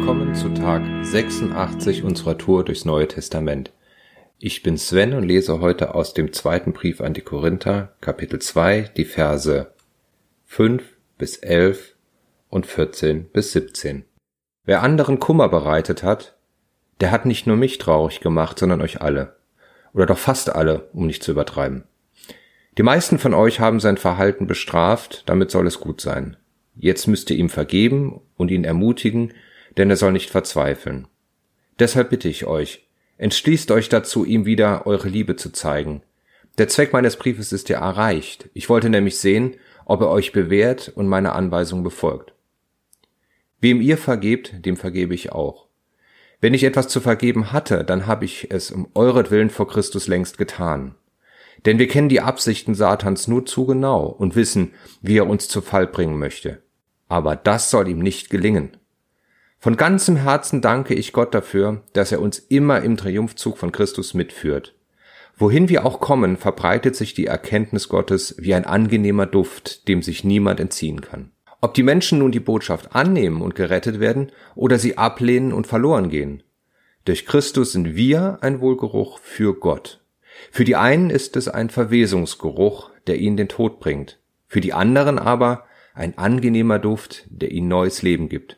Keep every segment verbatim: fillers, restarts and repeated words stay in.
Willkommen zu Tag sechsundachtzig unserer Tour durchs Neue Testament. Ich bin Sven und lese heute aus dem zweiten Brief an die Korinther, Kapitel zwei, die Verse fünf bis elf und vierzehn bis siebzehn. Wer anderen Kummer bereitet hat, der hat nicht nur mich traurig gemacht, sondern euch alle. Oder doch fast alle, um nicht zu übertreiben. Die meisten von euch haben sein Verhalten bestraft, damit soll es gut sein. Jetzt müsst ihr ihm vergeben und ihn ermutigen, denn er soll nicht verzweifeln. Deshalb bitte ich euch, entschließt euch dazu, ihm wieder eure Liebe zu zeigen. Der Zweck meines Briefes ist ja erreicht. Ich wollte nämlich sehen, ob er euch bewährt und meine Anweisung befolgt. Wem ihr vergebt, dem vergebe ich auch. Wenn ich etwas zu vergeben hatte, dann habe ich es um euretwillen vor Christus längst getan. Denn wir kennen die Absichten Satans nur zu genau und wissen, wie er uns zu Fall bringen möchte. Aber das soll ihm nicht gelingen. Von ganzem Herzen danke ich Gott dafür, dass er uns immer im Triumphzug von Christus mitführt. Wohin wir auch kommen, verbreitet sich die Erkenntnis Gottes wie ein angenehmer Duft, dem sich niemand entziehen kann. Ob die Menschen nun die Botschaft annehmen und gerettet werden oder sie ablehnen und verloren gehen. Durch Christus sind wir ein Wohlgeruch für Gott. Für die einen ist es ein Verwesungsgeruch, der ihnen den Tod bringt. Für die anderen aber ein angenehmer Duft, der ihnen neues Leben gibt.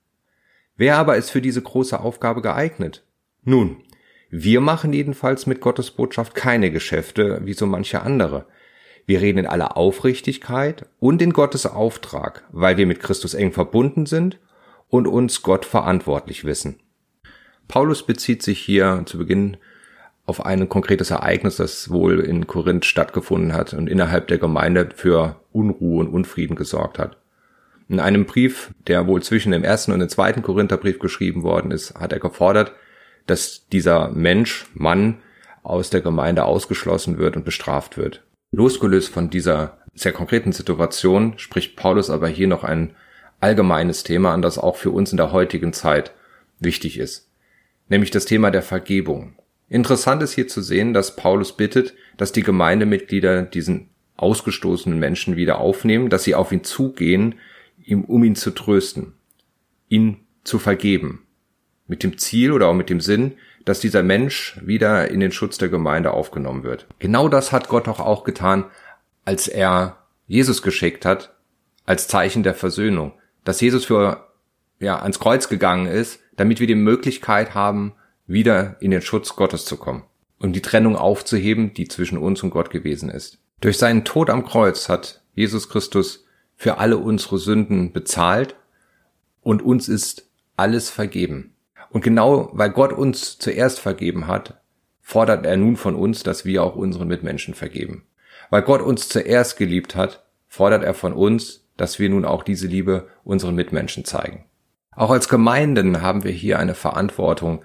Wer aber ist für diese große Aufgabe geeignet? Nun, wir machen jedenfalls mit Gottes Botschaft keine Geschäfte wie so manche andere. Wir reden in aller Aufrichtigkeit und in Gottes Auftrag, weil wir mit Christus eng verbunden sind und uns Gott verantwortlich wissen. Paulus bezieht sich hier zu Beginn auf ein konkretes Ereignis, das wohl in Korinth stattgefunden hat und innerhalb der Gemeinde für Unruhe und Unfrieden gesorgt hat. In einem Brief, der wohl zwischen dem ersten und dem zweiten Korintherbrief geschrieben worden ist, hat er gefordert, dass dieser Mensch, Mann, aus der Gemeinde ausgeschlossen wird und bestraft wird. Losgelöst von dieser sehr konkreten Situation spricht Paulus aber hier noch ein allgemeines Thema an, das auch für uns in der heutigen Zeit wichtig ist, nämlich das Thema der Vergebung. Interessant ist hier zu sehen, dass Paulus bittet, dass die Gemeindemitglieder diesen ausgestoßenen Menschen wieder aufnehmen, dass sie auf ihn zugehen, um ihn zu trösten, ihn zu vergeben, mit dem Ziel oder auch mit dem Sinn, dass dieser Mensch wieder in den Schutz der Gemeinde aufgenommen wird. Genau das hat Gott doch auch getan, als er Jesus geschickt hat, als Zeichen der Versöhnung, dass Jesus für ja ans Kreuz gegangen ist, damit wir die Möglichkeit haben, wieder in den Schutz Gottes zu kommen und die Trennung aufzuheben, die zwischen uns und Gott gewesen ist. Durch seinen Tod am Kreuz hat Jesus Christus für alle unsere Sünden bezahlt und uns ist alles vergeben. Und genau weil Gott uns zuerst vergeben hat, fordert er nun von uns, dass wir auch unseren Mitmenschen vergeben. Weil Gott uns zuerst geliebt hat, fordert er von uns, dass wir nun auch diese Liebe unseren Mitmenschen zeigen. Auch als Gemeinden haben wir hier eine Verantwortung,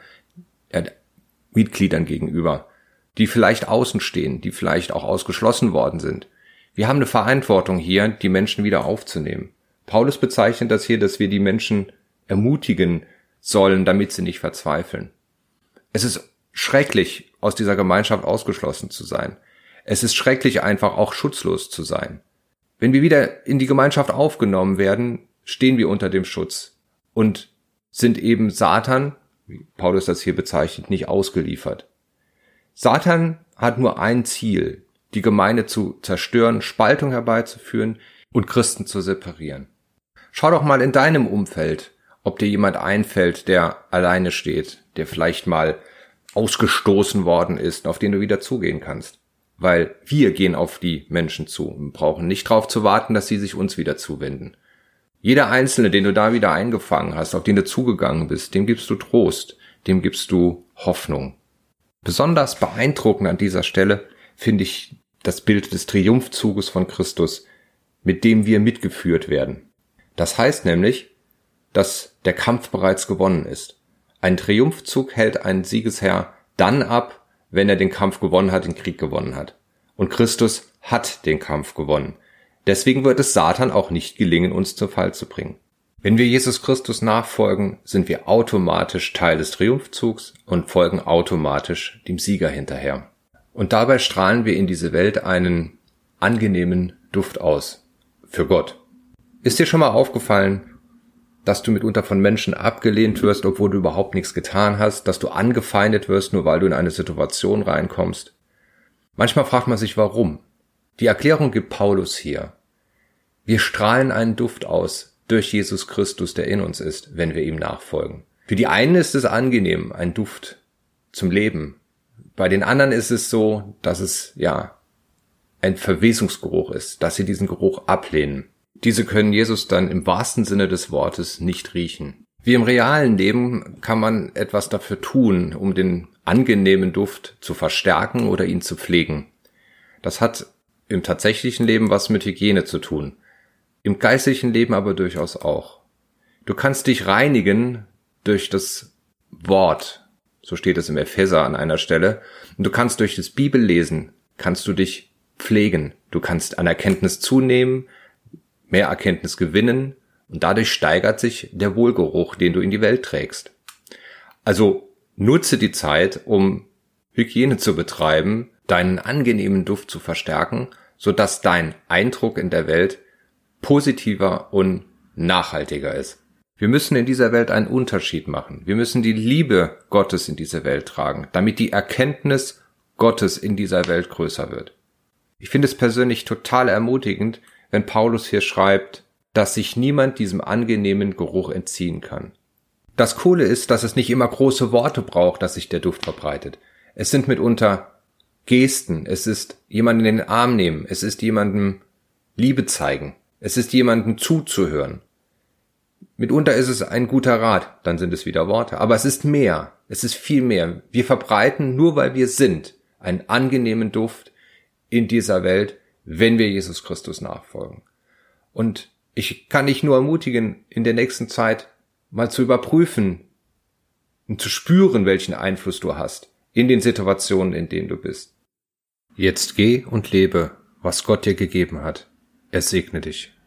Mitgliedern gegenüber, die vielleicht außen stehen, die vielleicht auch ausgeschlossen worden sind. Wir haben eine Verantwortung hier, die Menschen wieder aufzunehmen. Paulus bezeichnet das hier, dass wir die Menschen ermutigen sollen, damit sie nicht verzweifeln. Es ist schrecklich, aus dieser Gemeinschaft ausgeschlossen zu sein. Es ist schrecklich, einfach auch schutzlos zu sein. Wenn wir wieder in die Gemeinschaft aufgenommen werden, stehen wir unter dem Schutz und sind eben Satan, wie Paulus das hier bezeichnet, nicht ausgeliefert. Satan hat nur ein Ziel, die Gemeinde zu zerstören, Spaltung herbeizuführen und Christen zu separieren. Schau doch mal in deinem Umfeld, ob dir jemand einfällt, der alleine steht, der vielleicht mal ausgestoßen worden ist, auf den du wieder zugehen kannst. Weil wir gehen auf die Menschen zu und brauchen nicht darauf zu warten, dass sie sich uns wieder zuwenden. Jeder Einzelne, den du da wieder eingefangen hast, auf den du zugegangen bist, dem gibst du Trost, dem gibst du Hoffnung. Besonders beeindruckend an dieser Stelle finde ich das Bild des Triumphzuges von Christus, mit dem wir mitgeführt werden. Das heißt nämlich, dass der Kampf bereits gewonnen ist. Ein Triumphzug hält ein Siegesherr dann ab, wenn er den Kampf gewonnen hat, den Krieg gewonnen hat. Und Christus hat den Kampf gewonnen. Deswegen wird es Satan auch nicht gelingen, uns zu Fall zu bringen. Wenn wir Jesus Christus nachfolgen, sind wir automatisch Teil des Triumphzugs und folgen automatisch dem Sieger hinterher. Und dabei strahlen wir in diese Welt einen angenehmen Duft aus. Für Gott. Ist dir schon mal aufgefallen, dass du mitunter von Menschen abgelehnt wirst, obwohl du überhaupt nichts getan hast, dass du angefeindet wirst, nur weil du in eine Situation reinkommst. Manchmal fragt man sich, warum. Die Erklärung gibt Paulus hier. Wir strahlen einen Duft aus durch Jesus Christus, der in uns ist, wenn wir ihm nachfolgen. Für die einen ist es angenehm, ein Duft zum Leben. Bei den anderen ist es so, dass es, ja, ein Verwesungsgeruch ist, dass sie diesen Geruch ablehnen. Diese können Jesus dann im wahrsten Sinne des Wortes nicht riechen. Wie im realen Leben kann man etwas dafür tun, um den angenehmen Duft zu verstärken oder ihn zu pflegen. Das hat im tatsächlichen Leben was mit Hygiene zu tun. Im geistlichen Leben aber durchaus auch. Du kannst dich reinigen durch das Wort. So steht es im Epheser an einer Stelle. Und du kannst durch das Bibellesen, kannst du dich pflegen. Du kannst an Erkenntnis zunehmen, mehr Erkenntnis gewinnen und dadurch steigert sich der Wohlgeruch, den du in die Welt trägst. Also nutze die Zeit, um Hygiene zu betreiben, deinen angenehmen Duft zu verstärken, sodass dein Eindruck in der Welt positiver und nachhaltiger ist. Wir müssen in dieser Welt einen Unterschied machen. Wir müssen die Liebe Gottes in diese Welt tragen, damit die Erkenntnis Gottes in dieser Welt größer wird. Ich finde es persönlich total ermutigend, wenn Paulus hier schreibt, dass sich niemand diesem angenehmen Geruch entziehen kann. Das Coole ist, dass es nicht immer große Worte braucht, dass sich der Duft verbreitet. Es sind mitunter Gesten, es ist jemanden in den Arm nehmen, es ist jemandem Liebe zeigen, es ist jemandem zuzuhören. Mitunter ist es ein guter Rat, dann sind es wieder Worte, aber es ist mehr, es ist viel mehr. Wir verbreiten, nur weil wir sind, einen angenehmen Duft in dieser Welt, wenn wir Jesus Christus nachfolgen. Und ich kann dich nur ermutigen, in der nächsten Zeit mal zu überprüfen und zu spüren, welchen Einfluss du hast in den Situationen, in denen du bist. Jetzt geh und lebe, was Gott dir gegeben hat. Er segne dich.